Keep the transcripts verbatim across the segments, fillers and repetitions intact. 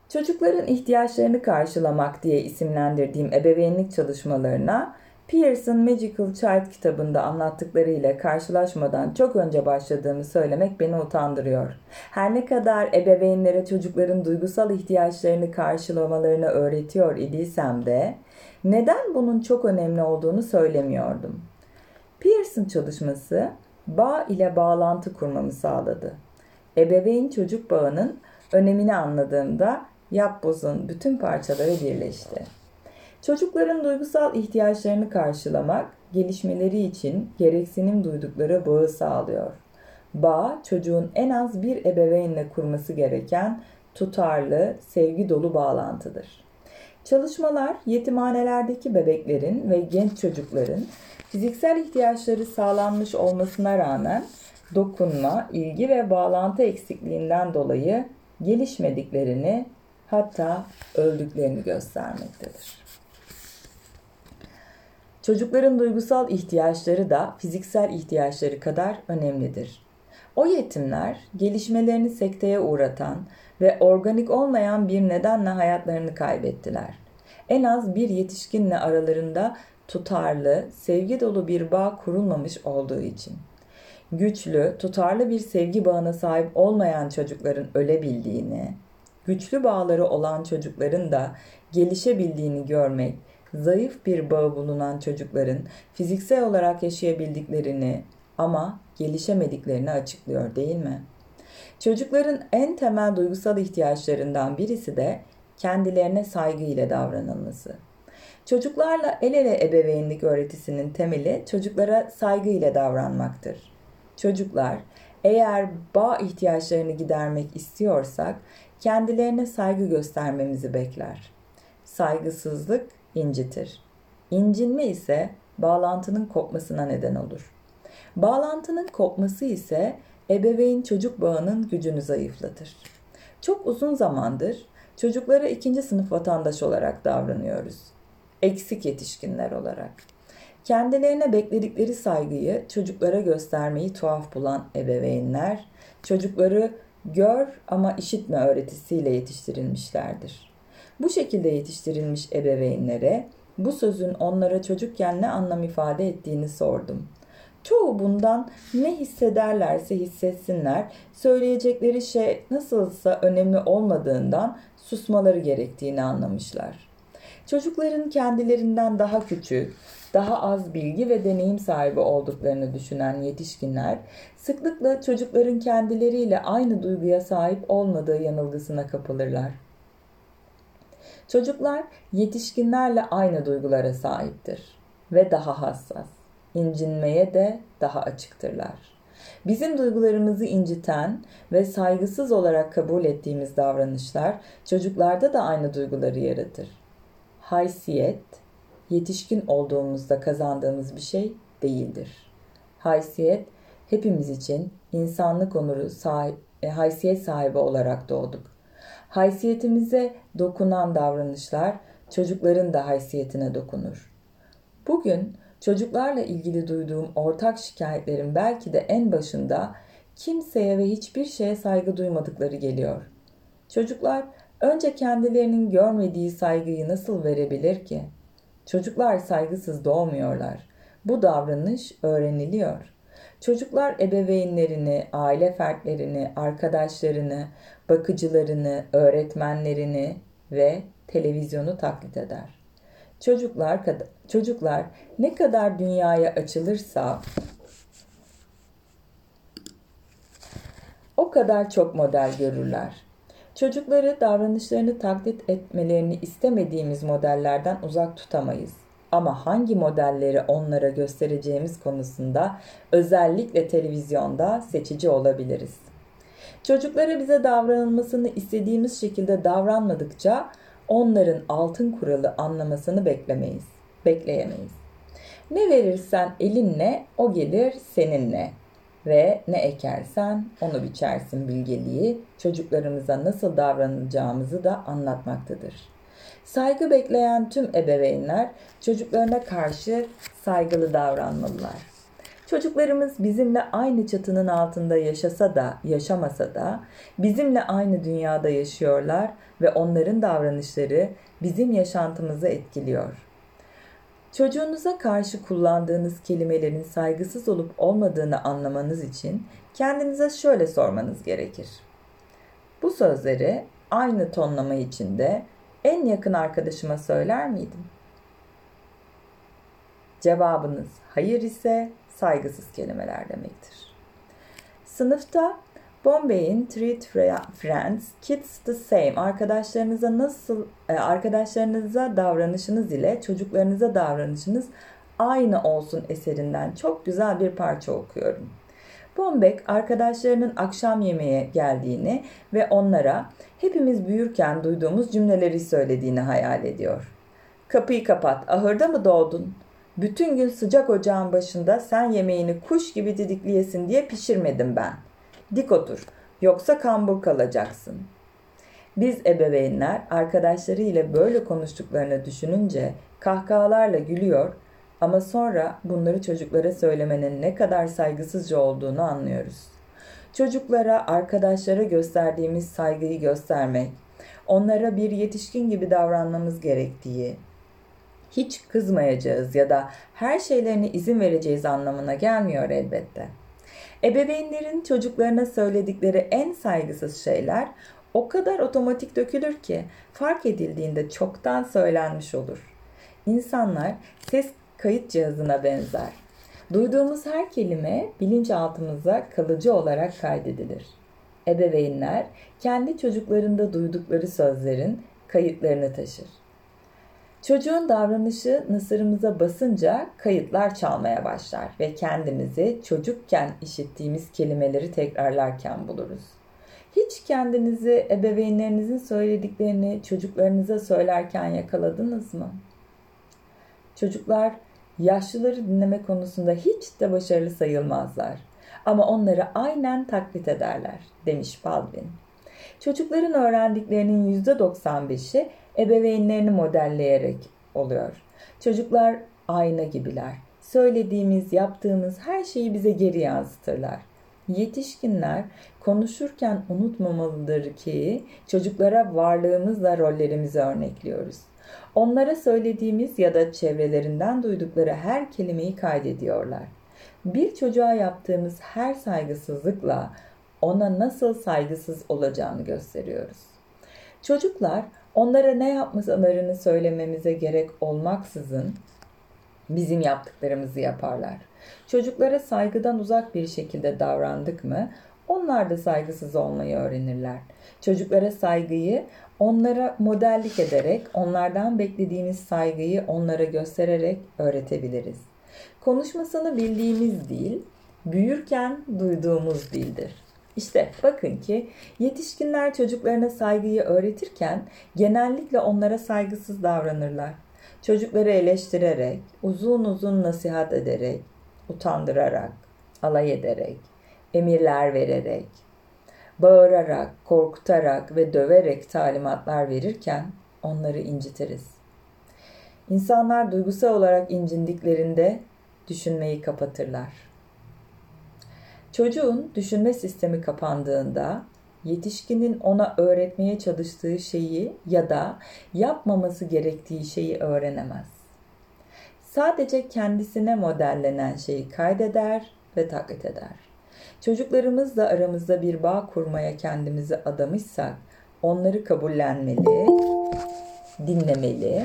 Çocukların ihtiyaçlarını karşılamak diye isimlendirdiğim ebeveynlik çalışmalarına Pearson Magical Child kitabında anlattıklarıyla karşılaşmadan çok önce başladığımı söylemek beni utandırıyor. Her ne kadar ebeveynlere çocukların duygusal ihtiyaçlarını karşılamalarını öğretiyor idiysem de neden bunun çok önemli olduğunu söylemiyordum. Pearson çalışması bağ ile bağlantı kurmamı sağladı. Ebeveyn çocuk bağının önemini anladığımda yapbozun bütün parçaları birleşti. Çocukların duygusal ihtiyaçlarını karşılamak, gelişmeleri için gereksinim duydukları bağı sağlıyor. Bağ, çocuğun en az bir ebeveynle kurması gereken tutarlı, sevgi dolu bağlantıdır. Çalışmalar, yetimhanelerdeki bebeklerin ve genç çocukların fiziksel ihtiyaçları sağlanmış olmasına rağmen dokunma, ilgi ve bağlantı eksikliğinden dolayı gelişmediklerini, hatta öldüklerini göstermektedir. Çocukların duygusal ihtiyaçları da fiziksel ihtiyaçları kadar önemlidir. O yetimler gelişmelerini sekteye uğratan ve organik olmayan bir nedenle hayatlarını kaybettiler. En az bir yetişkinle aralarında tutarlı, sevgi dolu bir bağ kurulmamış olduğu için. Güçlü, tutarlı bir sevgi bağına sahip olmayan çocukların ölebildiğini, güçlü bağları olan çocukların da gelişebildiğini görmek, zayıf bir bağı bulunan çocukların fiziksel olarak yaşayabildiklerini ama gelişemediklerini açıklıyor, değil mi? Çocukların en temel duygusal ihtiyaçlarından birisi de kendilerine saygı ile davranılması. Çocuklarla el ele ebeveynlik öğretisinin temeli çocuklara saygı ile davranmaktır. Çocuklar, eğer bağ ihtiyaçlarını gidermek istiyorsak kendilerine saygı göstermemizi bekler. Saygısızlık incitir. İncinme ise bağlantının kopmasına neden olur. Bağlantının kopması ise ebeveyn çocuk bağının gücünü zayıflatır. Çok uzun zamandır çocuklara ikinci sınıf vatandaş olarak davranıyoruz. Eksik yetişkinler olarak. Kendilerine bekledikleri saygıyı çocuklara göstermeyi tuhaf bulan ebeveynler, çocukları gör ama işitme öğretisiyle yetiştirilmişlerdir. Bu şekilde yetiştirilmiş ebeveynlere bu sözün onlara çocukken ne anlam ifade ettiğini sordum. Çoğu bundan ne hissederlerse hissetsinler, söyleyecekleri şey nasılsa önemli olmadığından susmaları gerektiğini anlamışlar. Çocukların kendilerinden daha küçük, daha az bilgi ve deneyim sahibi olduklarını düşünen yetişkinler, sıklıkla çocukların kendileriyle aynı duyguya sahip olmadığı yanılgısına kapılırlar. Çocuklar yetişkinlerle aynı duygulara sahiptir ve daha hassas, incinmeye de daha açıktırlar. Bizim duygularımızı inciten ve saygısız olarak kabul ettiğimiz davranışlar çocuklarda da aynı duyguları yaratır. Haysiyet, yetişkin olduğumuzda kazandığımız bir şey değildir. Haysiyet, hepimiz için insanlık onuru sahip, e, haysiyet sahibi olarak doğduk. Haysiyetimize dokunan davranışlar çocukların da haysiyetine dokunur. Bugün çocuklarla ilgili duyduğum ortak şikayetlerin belki de en başında kimseye ve hiçbir şeye saygı duymadıkları geliyor. Çocuklar önce kendilerinin görmediği saygıyı nasıl verebilir ki? Çocuklar saygısız doğmuyorlar. Bu davranış öğreniliyor. Çocuklar ebeveynlerini, aile fertlerini, arkadaşlarını, bakıcılarını, öğretmenlerini ve televizyonu taklit eder. Çocuklar, çocuklar ne kadar dünyaya açılırsa o kadar çok model görürler. Çocukları davranışlarını taklit etmelerini istemediğimiz modellerden uzak tutamayız. Ama hangi modelleri onlara göstereceğimiz konusunda özellikle televizyonda seçici olabiliriz. Çocuklara bize davranılmasını istediğimiz şekilde davranmadıkça onların altın kuralı anlamasını beklemeyiz, bekleyemeyiz. Ne verirsen elinle o gelir seninle ve ne ekersen onu biçersin bilgeliği çocuklarımıza nasıl davranacağımızı da anlatmaktadır. Saygı bekleyen tüm ebeveynler çocuklarına karşı saygılı davranmalılar. Çocuklarımız bizimle aynı çatının altında yaşasa da, yaşamasa da bizimle aynı dünyada yaşıyorlar ve onların davranışları bizim yaşantımızı etkiliyor. Çocuğunuza karşı kullandığınız kelimelerin saygısız olup olmadığını anlamanız için kendinize şöyle sormanız gerekir. Bu sözleri aynı tonlama içinde en yakın arkadaşıma söyler miydim? Cevabınız hayır ise saygısız kelimeler demektir. Sınıfta Bombay'in Treat Friends, Kids the Same, arkadaşlarınıza nasıl arkadaşlarınıza davranışınız ile çocuklarınıza davranışınız aynı olsun eserinden çok güzel bir parça okuyorum. Bombek arkadaşlarının akşam yemeğe geldiğini ve onlara hepimiz büyürken duyduğumuz cümleleri söylediğini hayal ediyor. Kapıyı kapat, ahırda mı doğdun? Bütün gün sıcak ocağın başında sen yemeğini kuş gibi didikleyesin diye pişirmedim ben. Dik otur, yoksa kambur kalacaksın. Biz ebeveynler arkadaşlarıyla böyle konuştuklarını düşününce kahkahalarla gülüyor ama sonra bunları çocuklara söylemenin ne kadar saygısızca olduğunu anlıyoruz. Çocuklara, arkadaşlara gösterdiğimiz saygıyı göstermek, onlara bir yetişkin gibi davranmamız gerektiği, hiç kızmayacağız ya da her şeylerine izin vereceğiz anlamına gelmiyor elbette. Ebeveynlerin çocuklarına söyledikleri en saygısız şeyler o kadar otomatik dökülür ki fark edildiğinde çoktan söylenmiş olur. İnsanlar ses kayıt cihazına benzer. Duyduğumuz her kelime bilinçaltımıza kalıcı olarak kaydedilir. Ebeveynler kendi çocuklarında duydukları sözlerin kayıtlarını taşır. Çocuğun davranışı nasırımıza basınca kayıtlar çalmaya başlar ve kendimizi çocukken işittiğimiz kelimeleri tekrarlarken buluruz. Hiç kendinizi ebeveynlerinizin söylediklerini çocuklarınıza söylerken yakaladınız mı? Çocuklar yaşlıları dinleme konusunda hiç de başarılı sayılmazlar ama onları aynen taklit ederler, demiş Baldwin. Çocukların öğrendiklerinin yüzde doksan beşi ebeveynlerini modelleyerek oluyor. Çocuklar ayna gibiler. Söylediğimiz, yaptığımız her şeyi bize geri yansıtırlar. Yetişkinler konuşurken unutmamalıdır ki çocuklara varlığımızla rollerimizi örnekliyoruz. Onlara söylediğimiz ya da çevrelerinden duydukları her kelimeyi kaydediyorlar. Bir çocuğa yaptığımız her saygısızlıkla ona nasıl saygısız olacağını gösteriyoruz. Çocuklar onlara ne yapmalarını söylememize gerek olmaksızın bizim yaptıklarımızı yaparlar. Çocuklara saygıdan uzak bir şekilde davrandık mı, onlar da saygısız olmayı öğrenirler. Çocuklara saygıyı onlara modellik ederek, onlardan beklediğimiz saygıyı onlara göstererek öğretebiliriz. Konuşmasını bildiğimiz dil, büyürken duyduğumuz dildir. İşte bakın ki yetişkinler çocuklarına saygıyı öğretirken genellikle onlara saygısız davranırlar. Çocukları eleştirerek, uzun uzun nasihat ederek, utandırarak, alay ederek, emirler vererek, bağırarak, korkutarak ve döverek talimatlar verirken onları incitiriz. İnsanlar duygusal olarak incindiklerinde düşünmeyi kapatırlar. Çocuğun düşünme sistemi kapandığında yetişkinin ona öğretmeye çalıştığı şeyi ya da yapmaması gerektiği şeyi öğrenemez. Sadece kendisine modellenen şeyi kaydeder ve taklit eder. Çocuklarımızla aramızda bir bağ kurmaya kendimizi adamışsak onları kabullenmeli, dinlemeli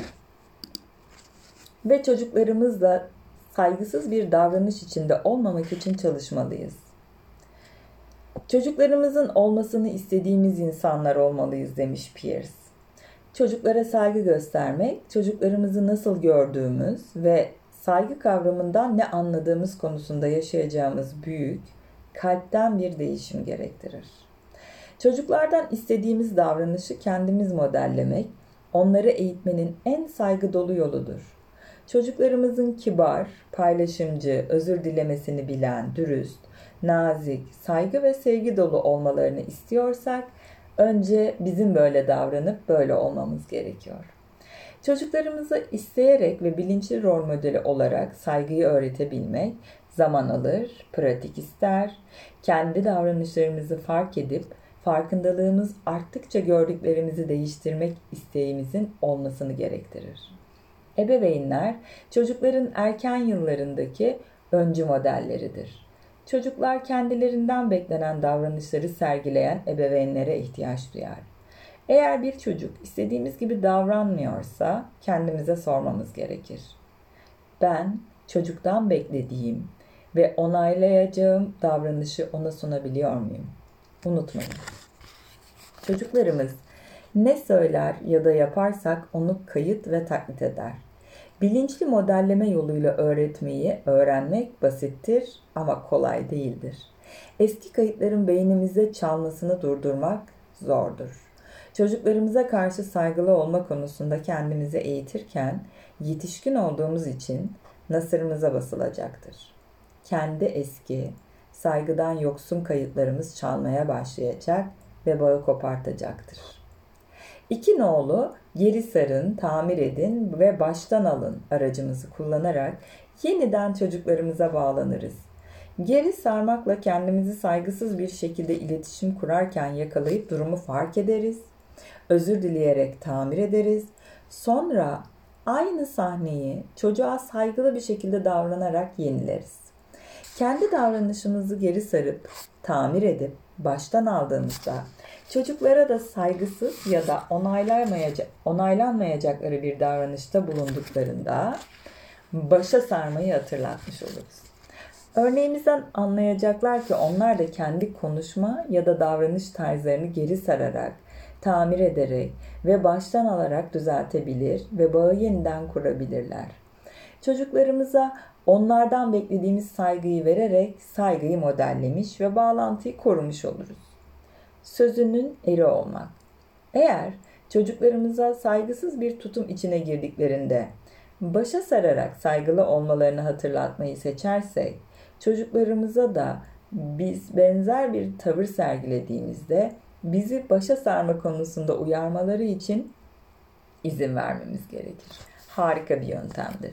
ve çocuklarımızla saygısız bir davranış içinde olmamak için çalışmalıyız. Çocuklarımızın olmasını istediğimiz insanlar olmalıyız demiş Pierce. Çocuklara saygı göstermek, çocuklarımızı nasıl gördüğümüz ve saygı kavramından ne anladığımız konusunda yaşayacağımız büyük, kalpten bir değişim gerektirir. Çocuklardan istediğimiz davranışı kendimiz modellemek, onları eğitmenin en saygı dolu yoludur. Çocuklarımızın kibar, paylaşımcı, özür dilemesini bilen, dürüst, nazik, saygı ve sevgi dolu olmalarını istiyorsak, önce bizim böyle davranıp böyle olmamız gerekiyor. Çocuklarımıza isteyerek ve bilinçli rol modeli olarak saygıyı öğretebilmek, Zaman alır, pratik ister. Kendi davranışlarımızı fark edip farkındalığımız arttıkça gördüklerimizi değiştirmek isteğimizin olmasını gerektirir. Ebeveynler çocukların erken yıllarındaki öncü modelleridir. Çocuklar kendilerinden beklenen davranışları sergileyen ebeveynlere ihtiyaç duyar. Eğer bir çocuk istediğimiz gibi davranmıyorsa kendimize sormamız gerekir. Ben çocuktan beklediğim ve onaylayacağım davranışı ona sunabiliyor muyum? Unutmayın. Çocuklarımız ne söyler ya da yaparsak onu kayıt ve taklit eder. Bilinçli modelleme yoluyla öğretmeyi öğrenmek basittir ama kolay değildir. Eski kayıtların beynimizde çalmasını durdurmak zordur. Çocuklarımıza karşı saygılı olma konusunda kendimizi eğitirken yetişkin olduğumuz için nasırımıza basılacaktır. Kendi eski, saygıdan yoksun kayıtlarımız çalmaya başlayacak ve bağı kopartacaktır. İki nolu geri sarın, tamir edin ve baştan alın aracımızı kullanarak yeniden çocuklarımıza bağlanırız. Geri sarmakla kendimizi saygısız bir şekilde iletişim kurarken yakalayıp durumu fark ederiz. Özür dileyerek tamir ederiz. Sonra aynı sahneyi çocuğa saygılı bir şekilde davranarak yenileriz. Kendi davranışımızı geri sarıp tamir edip baştan aldığımızda çocuklara da saygısız ya da onaylanmayacak, onaylanmayacakları bir davranışta bulunduklarında başa sarmayı hatırlatmış oluruz. Örneğimizden anlayacaklar ki onlar da kendi konuşma ya da davranış tarzlarını geri sararak, tamir ederek ve baştan alarak düzeltebilir ve bağı yeniden kurabilirler. Çocuklarımıza onlardan beklediğimiz saygıyı vererek saygıyı modellemiş ve bağlantıyı korumuş oluruz. Sözünün eri olmak. Eğer çocuklarımıza saygısız bir tutum içine girdiklerinde başa sararak saygılı olmalarını hatırlatmayı seçersek, çocuklarımıza da biz benzer bir tavır sergilediğimizde bizi başa sarma konusunda uyarmaları için izin vermemiz gerekir. Harika bir yöntemdir.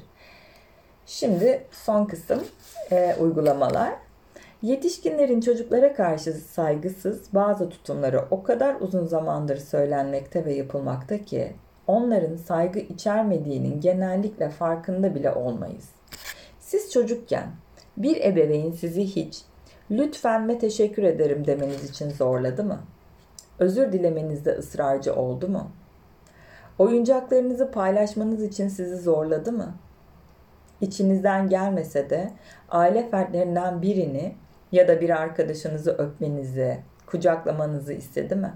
Şimdi son kısım e, uygulamalar. Yetişkinlerin çocuklara karşı saygısız bazı tutumları o kadar uzun zamandır söylenmekte ve yapılmakta ki onların saygı içermediğinin genellikle farkında bile olmayız. Siz çocukken bir ebeveyn sizi hiç lütfen ve teşekkür ederim demeniz için zorladı mı? Özür dilemenizde ısrarcı oldu mu? Oyuncaklarınızı paylaşmanız için sizi zorladı mı? İçinizden gelmese de aile fertlerinden birini ya da bir arkadaşınızı öpmenizi, kucaklamanızı istedi mi?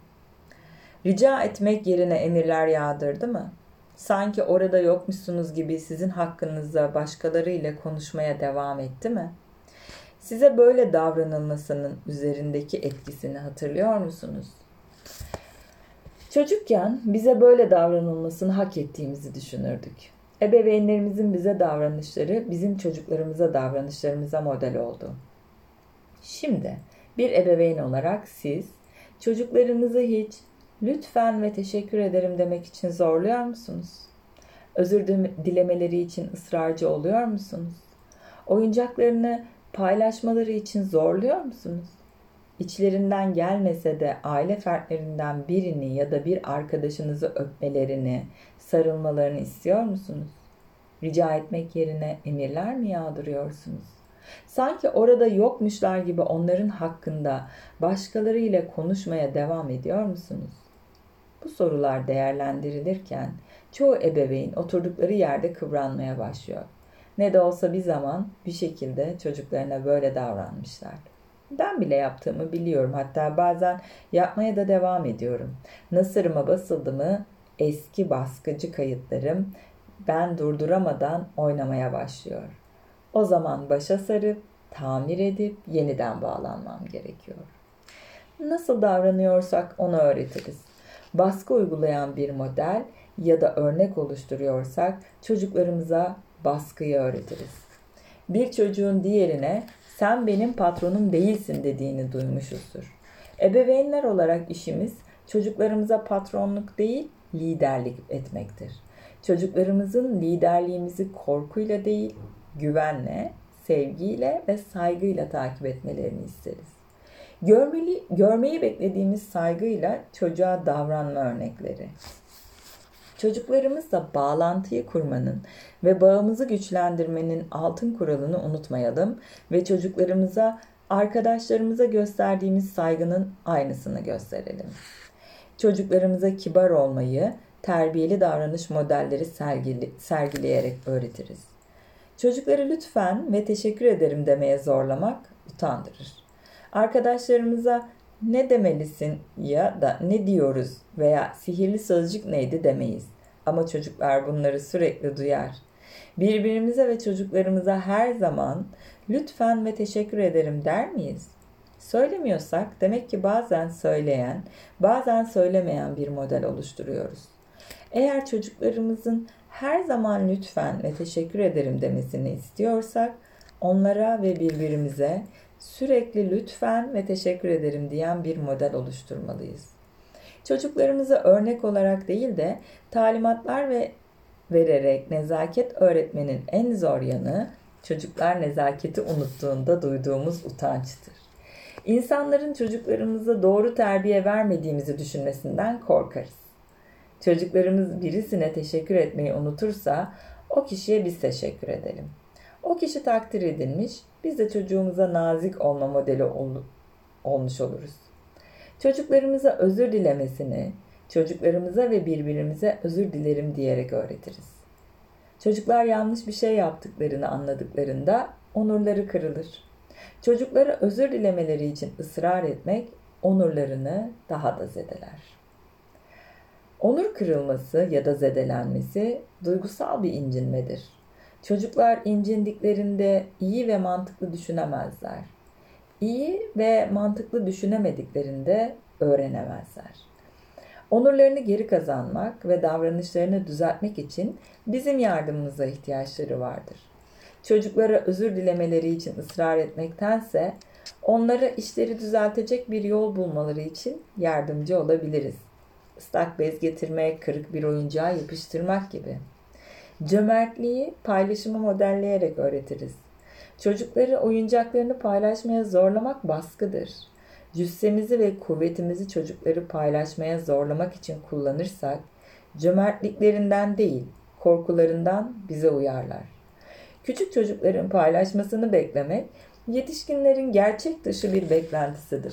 Rica etmek yerine emirler yağdırdı mı? Sanki orada yokmuşsunuz gibi sizin hakkınızda başkalarıyla konuşmaya devam etti mi? Size böyle davranılmasının üzerindeki etkisini hatırlıyor musunuz? Çocukken bize böyle davranılmasını hak ettiğimizi düşünürdük. Ebeveynlerimizin bize davranışları bizim çocuklarımıza davranışlarımıza model oldu. Şimdi bir ebeveyn olarak siz çocuklarınızı hiç lütfen ve teşekkür ederim demek için zorluyor musunuz? Özür dilemeleri için ısrarcı oluyor musunuz? Oyuncaklarını paylaşmaları için zorluyor musunuz? İçlerinden gelmese de aile fertlerinden birini ya da bir arkadaşınızı öpmelerini, sarılmalarını istiyor musunuz? Rica etmek yerine emirler mi yağdırıyorsunuz? Sanki orada yokmuşlar gibi onların hakkında başkalarıyla konuşmaya devam ediyor musunuz? Bu sorular değerlendirilirken çoğu ebeveyn oturdukları yerde kıvranmaya başlıyor. Ne de olsa bir zaman bir şekilde çocuklarına böyle davranmışlar. Ben bile yaptığımı biliyorum. Hatta bazen yapmaya da devam ediyorum. Nasırıma basıldı mı eski baskıcı kayıtlarım ben durduramadan oynamaya başlıyor. O zaman başa sarıp, tamir edip yeniden bağlanmam gerekiyor. Nasıl davranıyorsak onu öğretiriz. Baskı uygulayan bir model ya da örnek oluşturuyorsak çocuklarımıza baskıyı öğretiriz. Bir çocuğun diğerine sen benim patronum değilsin dediğini duymuşuzdur. Ebeveynler olarak işimiz çocuklarımıza patronluk değil, liderlik etmektir. Çocuklarımızın liderliğimizi korkuyla değil, güvenle, sevgiyle ve saygıyla takip etmelerini isteriz. Görmeli, görmeyi beklediğimiz saygıyla çocuğa davranma örnekleri. Çocuklarımızla bağlantıyı kurmanın ve bağımızı güçlendirmenin altın kuralını unutmayalım ve çocuklarımıza, arkadaşlarımıza gösterdiğimiz saygının aynısını gösterelim. Çocuklarımıza kibar olmayı, terbiyeli davranış modelleri sergili, sergileyerek öğretiriz. Çocukları lütfen ve teşekkür ederim demeye zorlamak utandırır. Arkadaşlarımıza ne demelisin ya da ne diyoruz veya sihirli sözcük neydi demeyiz. Ama çocuklar bunları sürekli duyar. Birbirimize ve çocuklarımıza her zaman lütfen ve teşekkür ederim der miyiz? Söylemiyorsak demek ki bazen söyleyen, bazen söylemeyen bir model oluşturuyoruz. Eğer çocuklarımızın her zaman lütfen ve teşekkür ederim demesini istiyorsak, onlara ve birbirimize sürekli lütfen ve teşekkür ederim diyen bir model oluşturmalıyız. Çocuklarımıza örnek olarak değil de talimatlar ve vererek nezaket öğretmenin en zor yanı, çocuklar nezaketi unuttuğunda duyduğumuz utançtır. İnsanların çocuklarımıza doğru terbiye vermediğimizi düşünmesinden korkarız. Çocuklarımız birisine teşekkür etmeyi unutursa o kişiye biz teşekkür edelim. O kişi takdir edilmiş, biz de çocuğumuza nazik olma modeli ol- olmuş oluruz. Çocuklarımıza özür dilemesini, çocuklarımıza ve birbirimize özür dilerim diyerek öğretiriz. Çocuklar yanlış bir şey yaptıklarını anladıklarında onurları kırılır. Çocuklara özür dilemeleri için ısrar etmek onurlarını daha da zedeler. Onur kırılması ya da zedelenmesi duygusal bir incinmedir. Çocuklar incindiklerinde iyi ve mantıklı düşünemezler. İyi ve mantıklı düşünemediklerinde öğrenemezler. Onurlarını geri kazanmak ve davranışlarını düzeltmek için bizim yardımımıza ihtiyaçları vardır. Çocuklara özür dilemeleri için ısrar etmektense onlara işleri düzeltecek bir yol bulmaları için yardımcı olabiliriz. Islak bez getirmek, kırık bir oyuncağı yapıştırmak gibi. Cömertliği paylaşımı modelleyerek öğretiriz. Çocukları oyuncaklarını paylaşmaya zorlamak baskıdır. Cüssemizi ve kuvvetimizi çocukları paylaşmaya zorlamak için kullanırsak, cömertliklerinden değil, korkularından bize uyarlar. Küçük çocukların paylaşmasını beklemek, yetişkinlerin gerçek dışı bir beklentisidir.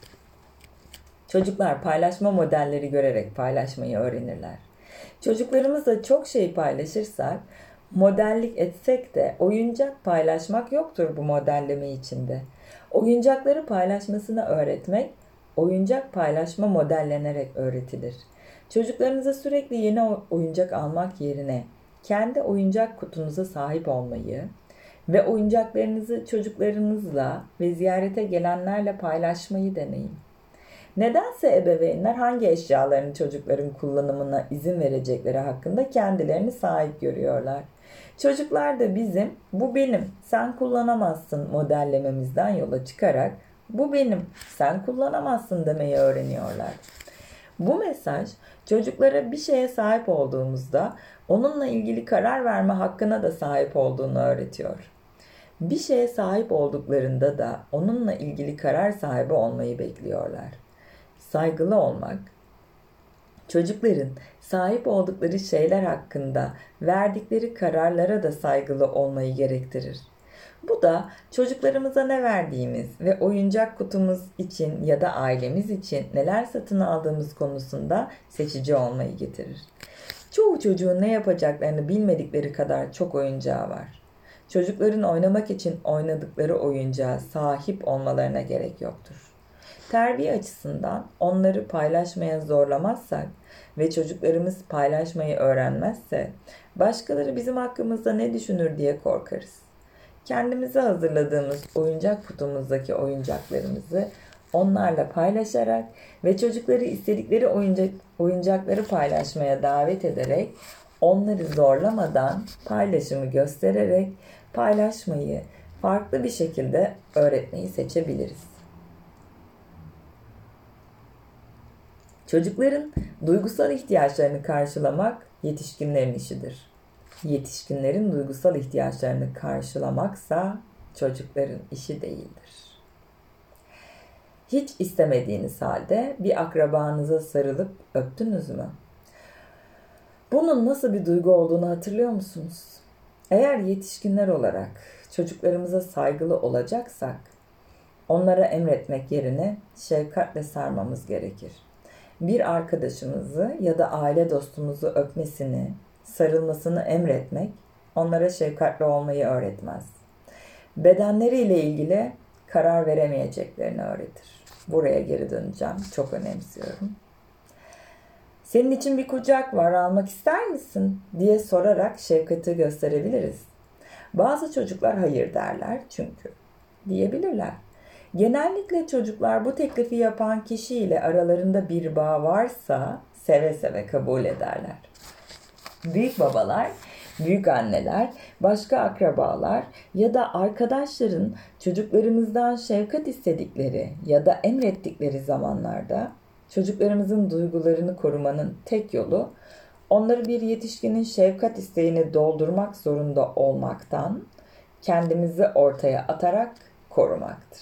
Çocuklar paylaşma modelleri görerek paylaşmayı öğrenirler. Çocuklarımızla çok şey paylaşırsak, modellik etsek de oyuncak paylaşmak yoktur bu modelleme içinde. Oyuncakları paylaşmasını öğretmek, oyuncak paylaşma modellenerek öğretilir. Çocuklarınıza sürekli yeni oyuncak almak yerine kendi oyuncak kutunuza sahip olmayı ve oyuncaklarınızı çocuklarınızla ve ziyarete gelenlerle paylaşmayı deneyin. Nedense ebeveynler hangi eşyaların çocukların kullanımına izin verecekleri hakkında kendilerini sahip görüyorlar. Çocuklar da bizim bu benim sen kullanamazsın modellememizden yola çıkarak bu benim sen kullanamazsın demeyi öğreniyorlar. Bu mesaj çocuklara bir şeye sahip olduğumuzda onunla ilgili karar verme hakkına da sahip olduğunu öğretiyor. Bir şeye sahip olduklarında da onunla ilgili karar sahibi olmayı bekliyorlar. Saygılı olmak, çocukların sahip oldukları şeyler hakkında verdikleri kararlara da saygılı olmayı gerektirir. Bu da çocuklarımıza ne verdiğimiz ve oyuncak kutumuz için ya da ailemiz için neler satın aldığımız konusunda seçici olmayı getirir. Çoğu çocuğun ne yapacaklarını bilmedikleri kadar çok oyuncağı var. Çocukların oynamak için oynadıkları oyuncağa sahip olmalarına gerek yoktur. Terbiye açısından onları paylaşmaya zorlamazsak ve çocuklarımız paylaşmayı öğrenmezse başkaları bizim hakkımızda ne düşünür diye korkarız. Kendimize hazırladığımız oyuncak kutumuzdaki oyuncaklarımızı onlarla paylaşarak ve çocukları istedikleri oyuncak, oyuncakları paylaşmaya davet ederek onları zorlamadan paylaşımı göstererek paylaşmayı farklı bir şekilde öğretmeyi seçebiliriz. Çocukların duygusal ihtiyaçlarını karşılamak yetişkinlerin işidir. Yetişkinlerin duygusal ihtiyaçlarını karşılamaksa çocukların işi değildir. Hiç istemediğiniz halde bir akrabanıza sarılıp öptünüz mü? Bunun nasıl bir duygu olduğunu hatırlıyor musunuz? Eğer yetişkinler olarak çocuklarımıza saygılı olacaksak, onlara emretmek yerine şefkatle sarmamız gerekir. Bir arkadaşımızı ya da aile dostumuzu öpmesini, sarılmasını emretmek, onlara şefkatli olmayı öğretmez. Bedenleriyle ilgili karar veremeyeceklerini öğretir. Buraya geri döneceğim. Çok önemsiyorum. Senin için bir kucak var, almak ister misin diye sorarak şefkati gösterebiliriz. Bazı çocuklar hayır derler çünkü diyebilirler. Genellikle çocuklar bu teklifi yapan kişiyle aralarında bir bağ varsa seve seve kabul ederler. Büyük babalar, büyük anneler, başka akrabalar ya da arkadaşların çocuklarımızdan şefkat istedikleri ya da emrettikleri zamanlarda çocuklarımızın duygularını korumanın tek yolu onları bir yetişkinin şefkat isteğini doldurmak zorunda olmaktan kendimizi ortaya atarak korumaktır.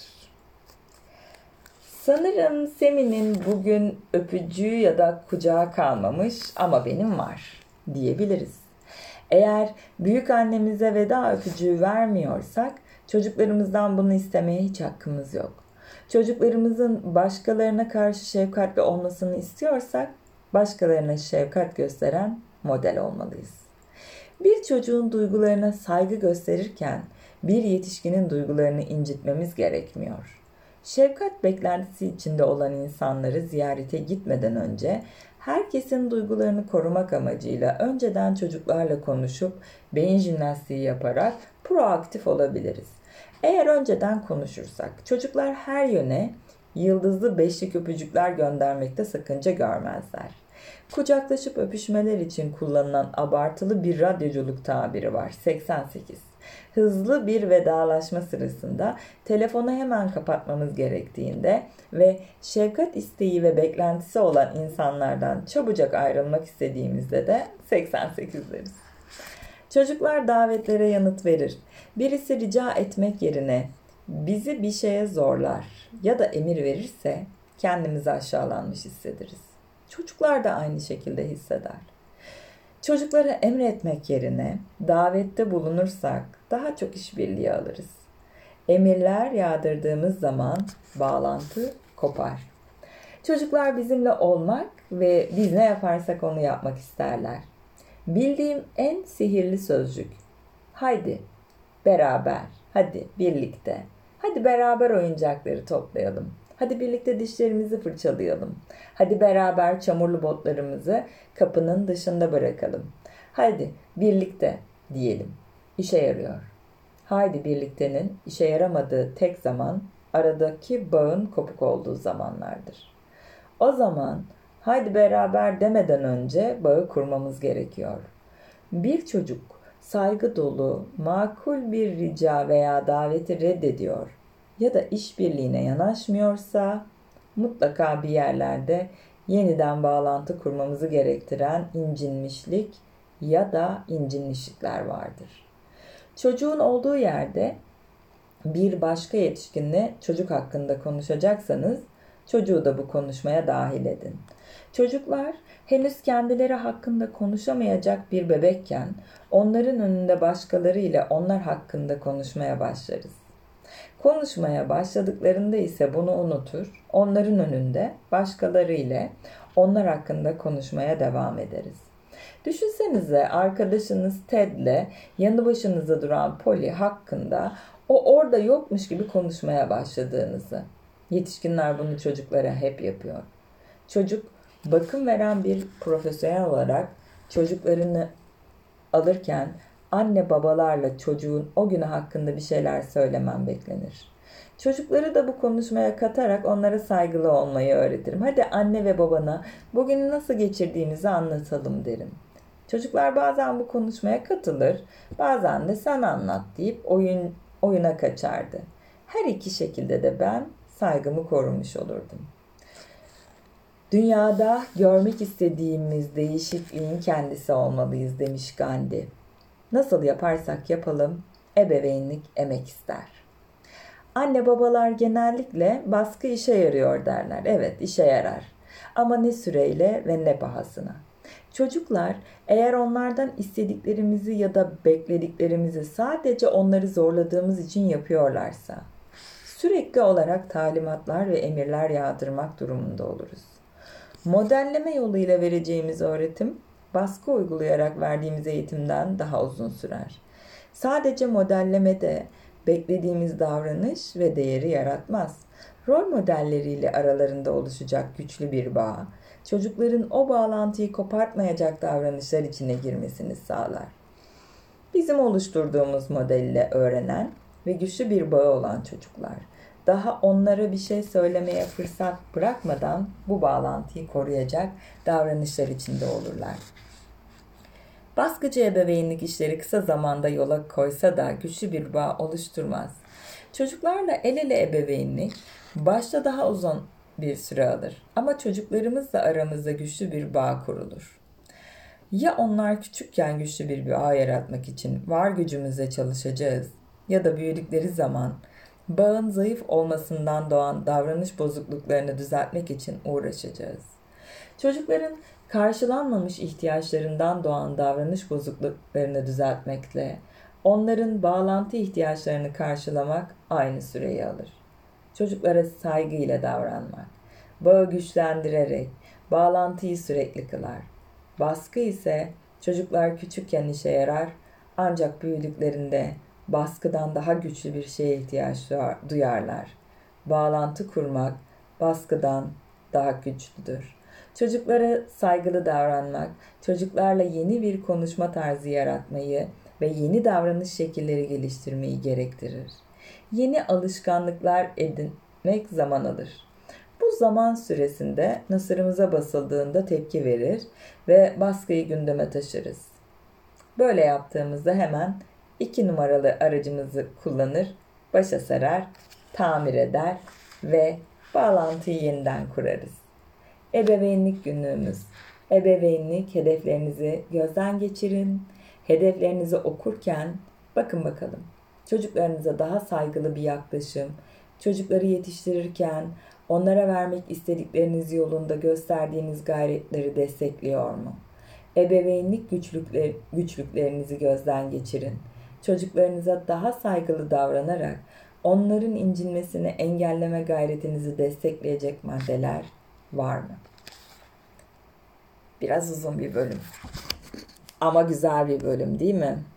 Sanırım Semi'nin bugün öpücüğü ya da kucağı kalmamış ama benim var diyebiliriz. Eğer büyük annemize veda öpücüğü vermiyorsak çocuklarımızdan bunu istemeye hiç hakkımız yok. Çocuklarımızın başkalarına karşı şefkatli olmasını istiyorsak başkalarına şefkat gösteren model olmalıyız. Bir çocuğun duygularına saygı gösterirken bir yetişkinin duygularını incitmemiz gerekmiyor. Şefkat beklentisi içinde olan insanları ziyarete gitmeden önce herkesin duygularını korumak amacıyla önceden çocuklarla konuşup beyin jimnastiği yaparak proaktif olabiliriz. Eğer önceden konuşursak çocuklar her yöne yıldızlı beşlik öpücükler göndermekte sakınca görmezler. Kucaklaşıp öpüşmeler için kullanılan abartılı bir radyoculuk tabiri var. seksen sekiz. Hızlı bir vedalaşma sırasında telefonu hemen kapatmamız gerektiğinde ve şefkat isteği ve beklentisi olan insanlardan çabucak ayrılmak istediğimizde de seksen sekiz deriz. Çocuklar davetlere yanıt verir. Birisi rica etmek yerine bizi bir şeye zorlar ya da emir verirse kendimizi aşağılanmış hissederiz. Çocuklar da aynı şekilde hisseder. Çocuklara emretmek yerine davette bulunursak daha çok işbirliği alırız. Emirler yağdırdığımız zaman bağlantı kopar. Çocuklar bizimle olmak ve biz ne yaparsak onu yapmak isterler. Bildiğim en sihirli sözcük. Haydi beraber, hadi birlikte. Hadi beraber oyuncakları toplayalım. Hadi birlikte dişlerimizi fırçalayalım. Hadi beraber çamurlu botlarımızı kapının dışında bırakalım. Hadi birlikte diyelim. İşe yarıyor. Haydi birliktenin işe yaramadığı tek zaman aradaki bağın kopuk olduğu zamanlardır. O zaman haydi beraber demeden önce bağı kurmamız gerekiyor. Bir çocuk saygı dolu, makul bir rica veya daveti reddediyor ya da işbirliğine yanaşmıyorsa mutlaka bir yerlerde yeniden bağlantı kurmamızı gerektiren incinmişlik ya da incinmişlikler vardır. Çocuğun olduğu yerde bir başka yetişkinle çocuk hakkında konuşacaksanız çocuğu da bu konuşmaya dahil edin. Çocuklar henüz kendileri hakkında konuşamayacak bir bebekken onların önünde başkaları ile onlar hakkında konuşmaya başlarız. Konuşmaya başladıklarında ise bunu unutur, onların önünde başkaları ile onlar hakkında konuşmaya devam ederiz. Düşünsenize arkadaşınız Ted'le yanı başınızda duran Polly hakkında o orada yokmuş gibi konuşmaya başladığınızı. Yetişkinler bunu çocuklara hep yapıyor. Çocuk bakım veren bir profesyonel olarak çocuklarını alırken anne babalarla çocuğun o günü hakkında bir şeyler söylemem beklenir. Çocukları da bu konuşmaya katarak onlara saygılı olmayı öğretirim. Hadi anne ve babana bugünü nasıl geçirdiğimizi anlatalım derim. Çocuklar bazen bu konuşmaya katılır, bazen de sen anlat deyip oyun oyuna kaçardı. Her iki şekilde de ben saygımı korumuş olurdum. Dünyada görmek istediğimiz değişikliğin kendisi olmalıyız demiş Gandhi. Nasıl yaparsak yapalım, ebeveynlik emek ister. Anne babalar genellikle baskı işe yarıyor derler. Evet, işe yarar. Ama ne süreyle ve ne pahasına. Çocuklar eğer onlardan istediklerimizi ya da beklediklerimizi sadece onları zorladığımız için yapıyorlarsa, sürekli olarak talimatlar ve emirler yağdırmak durumunda oluruz. Modelleme yoluyla vereceğimiz öğretim, baskı uygulayarak verdiğimiz eğitimden daha uzun sürer. Sadece modellemede beklediğimiz davranış ve değeri yaratmaz. Rol modelleriyle aralarında oluşacak güçlü bir bağ, çocukların o bağlantıyı kopartmayacak davranışlar içine girmesini sağlar. Bizim oluşturduğumuz modelle öğrenen ve güçlü bir bağı olan çocuklar, daha onlara bir şey söylemeye fırsat bırakmadan bu bağlantıyı koruyacak davranışlar içinde olurlar. Baskıcı ebeveynlik işleri kısa zamanda yola koysa da güçlü bir bağ oluşturmaz. Çocuklarla el ele ebeveynlik başta daha uzun bir süre alır ama çocuklarımızla aramızda güçlü bir bağ kurulur. Ya onlar küçükken güçlü bir bağ yaratmak için var gücümüzle çalışacağız ya da büyüdükleri zaman bağın zayıf olmasından doğan davranış bozukluklarını düzeltmek için uğraşacağız. Çocukların karşılanmamış ihtiyaçlarından doğan davranış bozukluklarını düzeltmekle onların bağlantı ihtiyaçlarını karşılamak aynı süreyi alır. Çocuklara saygıyla davranmak, bağı güçlendirerek bağlantıyı sürekli kılar. Baskı ise çocuklar küçükken işe yarar ancak büyüdüklerinde baskıdan daha güçlü bir şeye ihtiyaç duyarlar. Bağlantı kurmak baskıdan daha güçlüdür. Çocuklara saygılı davranmak, çocuklarla yeni bir konuşma tarzı yaratmayı ve yeni davranış şekilleri geliştirmeyi gerektirir. Yeni alışkanlıklar edinmek zaman alır. Bu zaman süresinde nasırımıza basıldığında tepki verir ve baskıyı gündeme taşırız. Böyle yaptığımızda hemen iki numaralı aracımızı kullanır, başa sarar, tamir eder ve bağlantıyı yeniden kurarız. Ebeveynlik günlüğümüz. Ebeveynlik hedeflerinizi gözden geçirin. Hedeflerinizi okurken bakın bakalım. Çocuklarınıza daha saygılı bir yaklaşım, çocukları yetiştirirken onlara vermek istedikleriniz yolunda gösterdiğiniz gayretleri destekliyor mu? Ebeveynlik güçlükler, güçlüklerinizi gözden geçirin. Çocuklarınıza daha saygılı davranarak onların incinmesini engelleme gayretinizi destekleyecek maddeler var mı? Biraz uzun bir bölüm. Ama güzel bir bölüm değil mi?